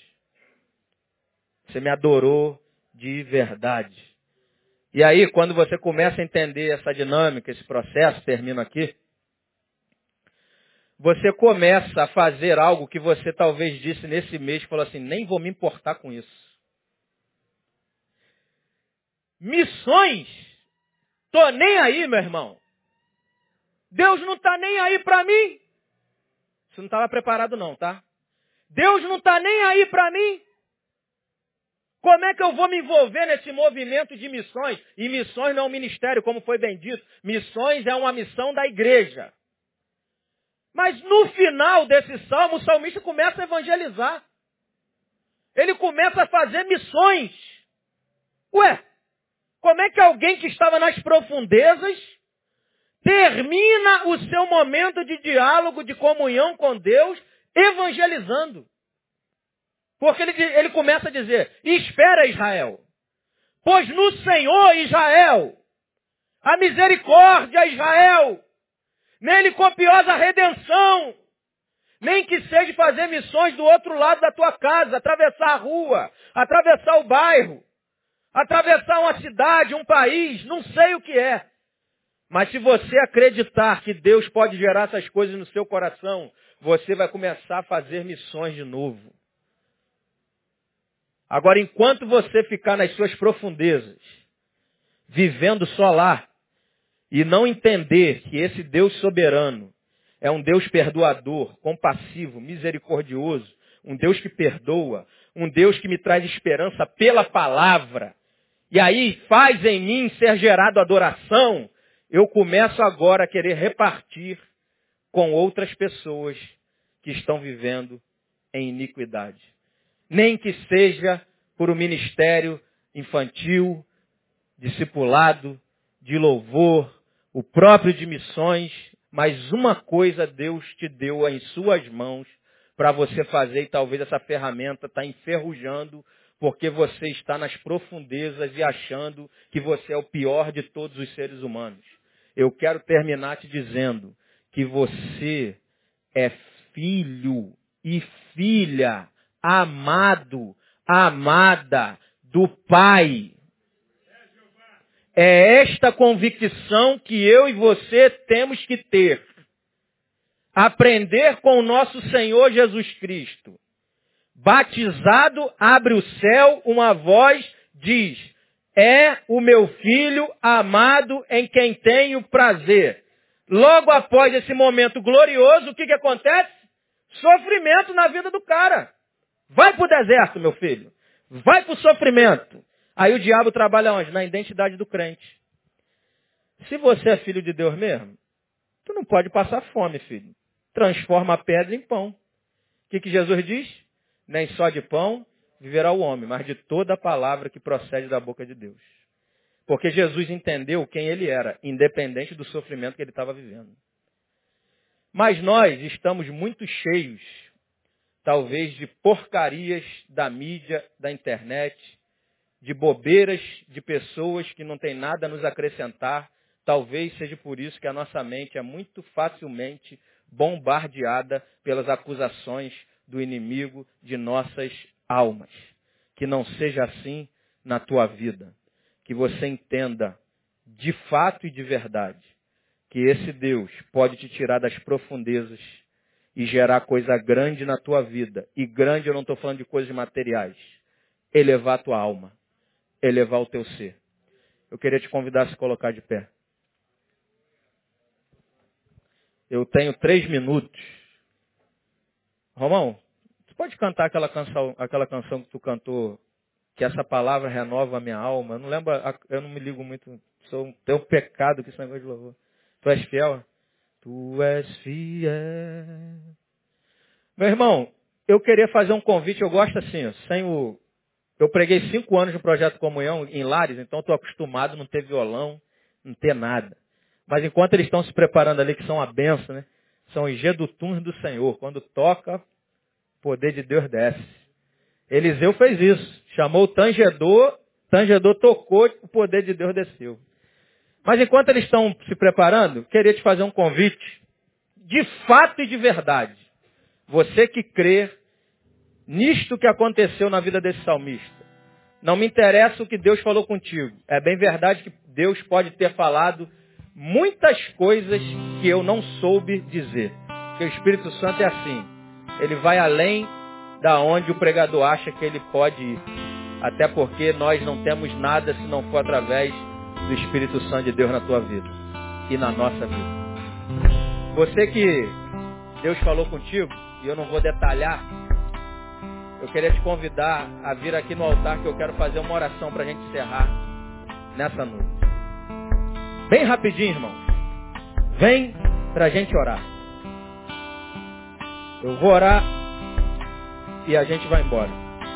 Você me adorou de verdade. E aí, quando você começa a entender essa dinâmica, esse processo, termino aqui, você começa a fazer algo que você talvez disse nesse mês, falou assim, nem vou me importar com isso. Missões, tô nem aí, meu irmão. Deus não está nem aí para mim. Você não estava preparado não, tá? Deus não está nem aí para mim. Como é que eu vou me envolver nesse movimento de missões? E missões não é um ministério, como foi bem dito. Missões é uma missão da igreja. Mas no final desse salmo, o salmista começa a evangelizar. Ele começa a fazer missões. Ué, como é que alguém que estava nas profundezas termina o seu momento de diálogo, de comunhão com Deus, evangelizando? Porque ele, ele começa a dizer, espera Israel, pois no Senhor Israel, a misericórdia Israel, nele copiosa redenção, nem que seja fazer missões do outro lado da tua casa, atravessar a rua, atravessar o bairro, atravessar uma cidade, um país, não sei o que é. Mas se você acreditar que Deus pode gerar essas coisas no seu coração, você vai começar a fazer missões de novo. Agora, enquanto você ficar nas suas profundezas, vivendo só lá, e não entender que esse Deus soberano é um Deus perdoador, compassivo, misericordioso, um Deus que perdoa, um Deus que me traz esperança pela palavra, e aí faz em mim ser gerado adoração, eu começo agora a querer repartir com outras pessoas que estão vivendo em iniquidade. Nem que seja por um ministério infantil, discipulado, de louvor, o próprio de missões, mas uma coisa Deus te deu em suas mãos para você fazer e talvez essa ferramenta está enferrujando porque você está nas profundezas e achando que você é o pior de todos os seres humanos. Eu quero terminar te dizendo que você é filho e filha, amado, amada do Pai. É esta convicção que eu e você temos que ter. Aprender com o nosso Senhor Jesus Cristo. batizado, abre o céu, uma voz diz, é o meu filho amado em quem tenho prazer. Logo após esse momento glorioso, o que, que acontece? Sofrimento na vida do cara. Vai para o deserto, meu filho. Vai para o sofrimento. Aí o diabo trabalha onde? Na identidade do crente. Se você é filho de Deus mesmo, tu não pode passar fome, filho. Transforma a pedra em pão. O que, que Jesus diz? Nem só de pão viverá o homem, mas de toda a palavra que procede da boca de Deus. Porque Jesus entendeu quem ele era, independente do sofrimento que ele estava vivendo. Mas nós estamos muito cheios, talvez, de porcarias da mídia, da internet, de bobeiras de pessoas que não têm nada a nos acrescentar. Talvez seja por isso que a nossa mente é muito facilmente bombardeada pelas acusações do inimigo de nossas almas. Que não seja assim na tua vida. Que você entenda de fato e de verdade que esse Deus pode te tirar das profundezas e gerar coisa grande na tua vida. E grande eu não estou falando de coisas materiais. Elevar a tua alma. Elevar o teu ser. Eu queria te convidar a se colocar de pé. Eu tenho três minutos. Romão, tu pode cantar aquela canção, aquela canção que tu cantou, que essa palavra renova a minha alma? Eu não lembro, eu não me ligo muito, sou, tenho um pecado com esse negócio de louvor. Tu és fiel? Tu és fiel. Meu irmão, eu queria fazer um convite, eu gosto assim, sem o... Eu preguei cinco anos no Projeto Comunhão em Lares, então estou acostumado a não ter violão, não ter nada. Mas enquanto eles estão se preparando ali, que são a benção, né? São os gedutuns do Senhor. Quando toca, o poder de Deus desce. Eliseu fez isso. Chamou o tangedor, tangedor tocou, o poder de Deus desceu. Mas enquanto eles estão se preparando, queria te fazer um convite de fato e de verdade. Você que crê nisto que aconteceu na vida desse salmista. Não me interessa o que Deus falou contigo. É bem verdade que Deus pode ter falado muitas coisas que eu não soube dizer. Porque o Espírito Santo é assim. Ele vai além da onde o pregador acha que ele pode ir. Até porque nós não temos nada se não for através do Espírito Santo de Deus na tua vida e na nossa vida. Você que Deus falou contigo, e eu não vou detalhar, eu queria te convidar a vir aqui no altar que eu quero fazer uma oração para a gente encerrar nessa noite. Bem rapidinho, irmão. Vem para a gente orar. Eu vou orar e a gente vai embora.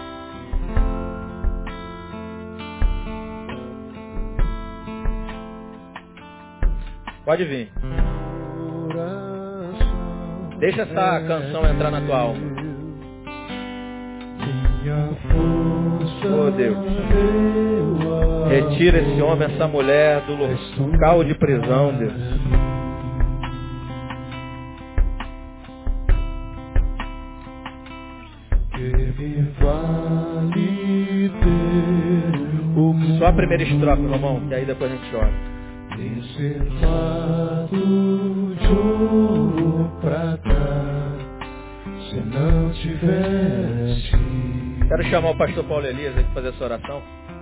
Pode vir. Deixa essa canção entrar na tua alma. Oh Deus, retira esse homem, essa mulher do local de prisão, Deus. Só a primeira estrofe, irmão, que aí depois a gente chora. Reservado de ouro prata, se não tivesse. Quero chamar o pastor Paulo Elias aqui para fazer essa oração.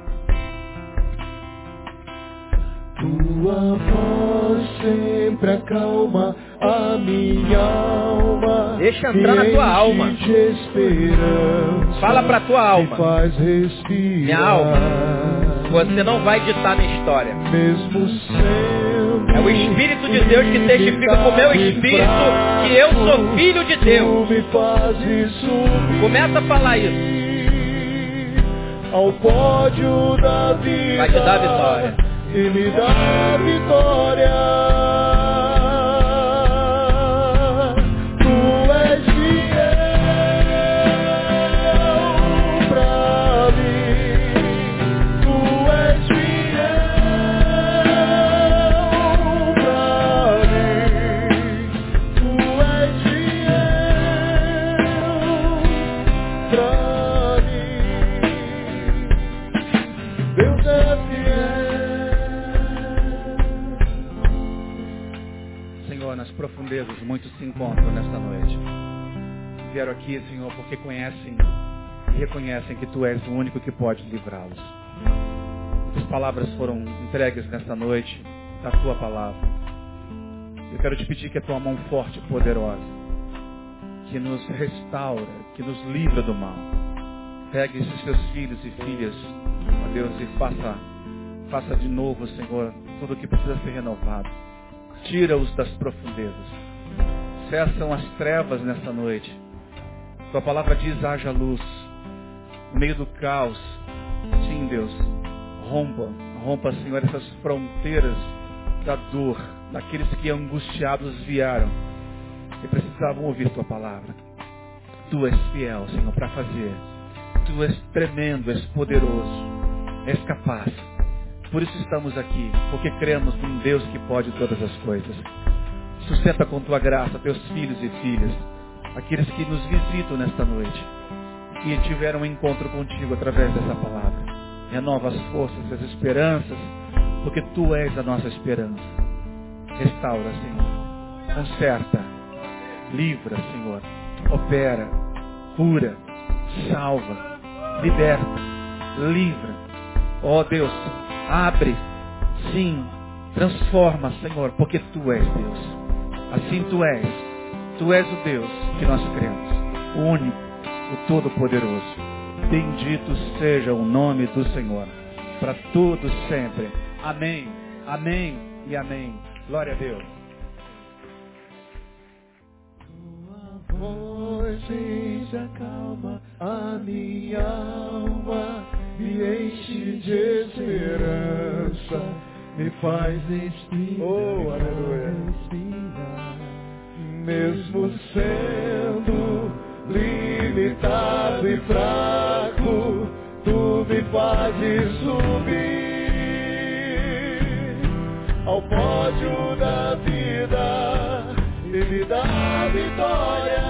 Tua voz sempre acalma a minha alma. Deixa entrar na tua alma. De esperança, fala para tua alma. Me faz respirar. Minha alma, você não vai ditar minha história. Mesmo sendo é o Espírito de Deus que testifica com o meu espírito que eu sou filho de Deus. Me fazes subir. Começa a falar isso. Ao pódio da vida. Vai te dar a vitória. E me dá a vitória. Tu és fiel pra mim. Tu és fiel pra mim. Tu és fiel pra mim. Deus é fiel. Nas profundezas, muitos se encontram nesta noite. Vieram aqui, Senhor, porque conhecem e reconhecem que Tu és o único que pode livrá-los. As palavras foram entregues nesta noite, da Tua palavra. Eu quero te pedir que a Tua mão forte e poderosa, que nos restaura, que nos livra do mal, pegue esses Teus filhos e filhas, ó Deus, e faça, faça de novo, Senhor, tudo o que precisa ser renovado. Tira-os das profundezas. Cessam as trevas nesta noite. Tua palavra diz, haja luz. No meio do caos, sim, Deus, rompa, rompa, Senhor, essas fronteiras da dor, daqueles que angustiados vieram e precisavam ouvir Tua palavra. Tu és fiel, Senhor, para fazer. Tu és tremendo, és poderoso, és capaz. Por isso estamos aqui, porque cremos num Deus que pode todas as coisas. Sustenta com Tua graça Teus filhos e filhas, aqueles que nos visitam nesta noite, que tiveram um encontro contigo através dessa palavra. Renova as forças, as esperanças, porque Tu és a nossa esperança. Restaura, Senhor. Conserta. Livra, Senhor. Opera. Cura. Salva. Liberta. Livra. Ó Deus, abre. Sim. Transforma, Senhor, porque Tu és Deus. Assim Tu és. Tu és o Deus que nós cremos. O único, o Todo-Poderoso. Bendito seja o nome do Senhor. Para todos sempre. Amém. Amém e amém. Glória a Deus. Tua voz diz, acalma a minha alma, me enche de esperança, me faz respirar, oh, aleluia, mesmo sendo limitado e fraco, Tu me fazes subir ao pódio da vida e me dá vitória.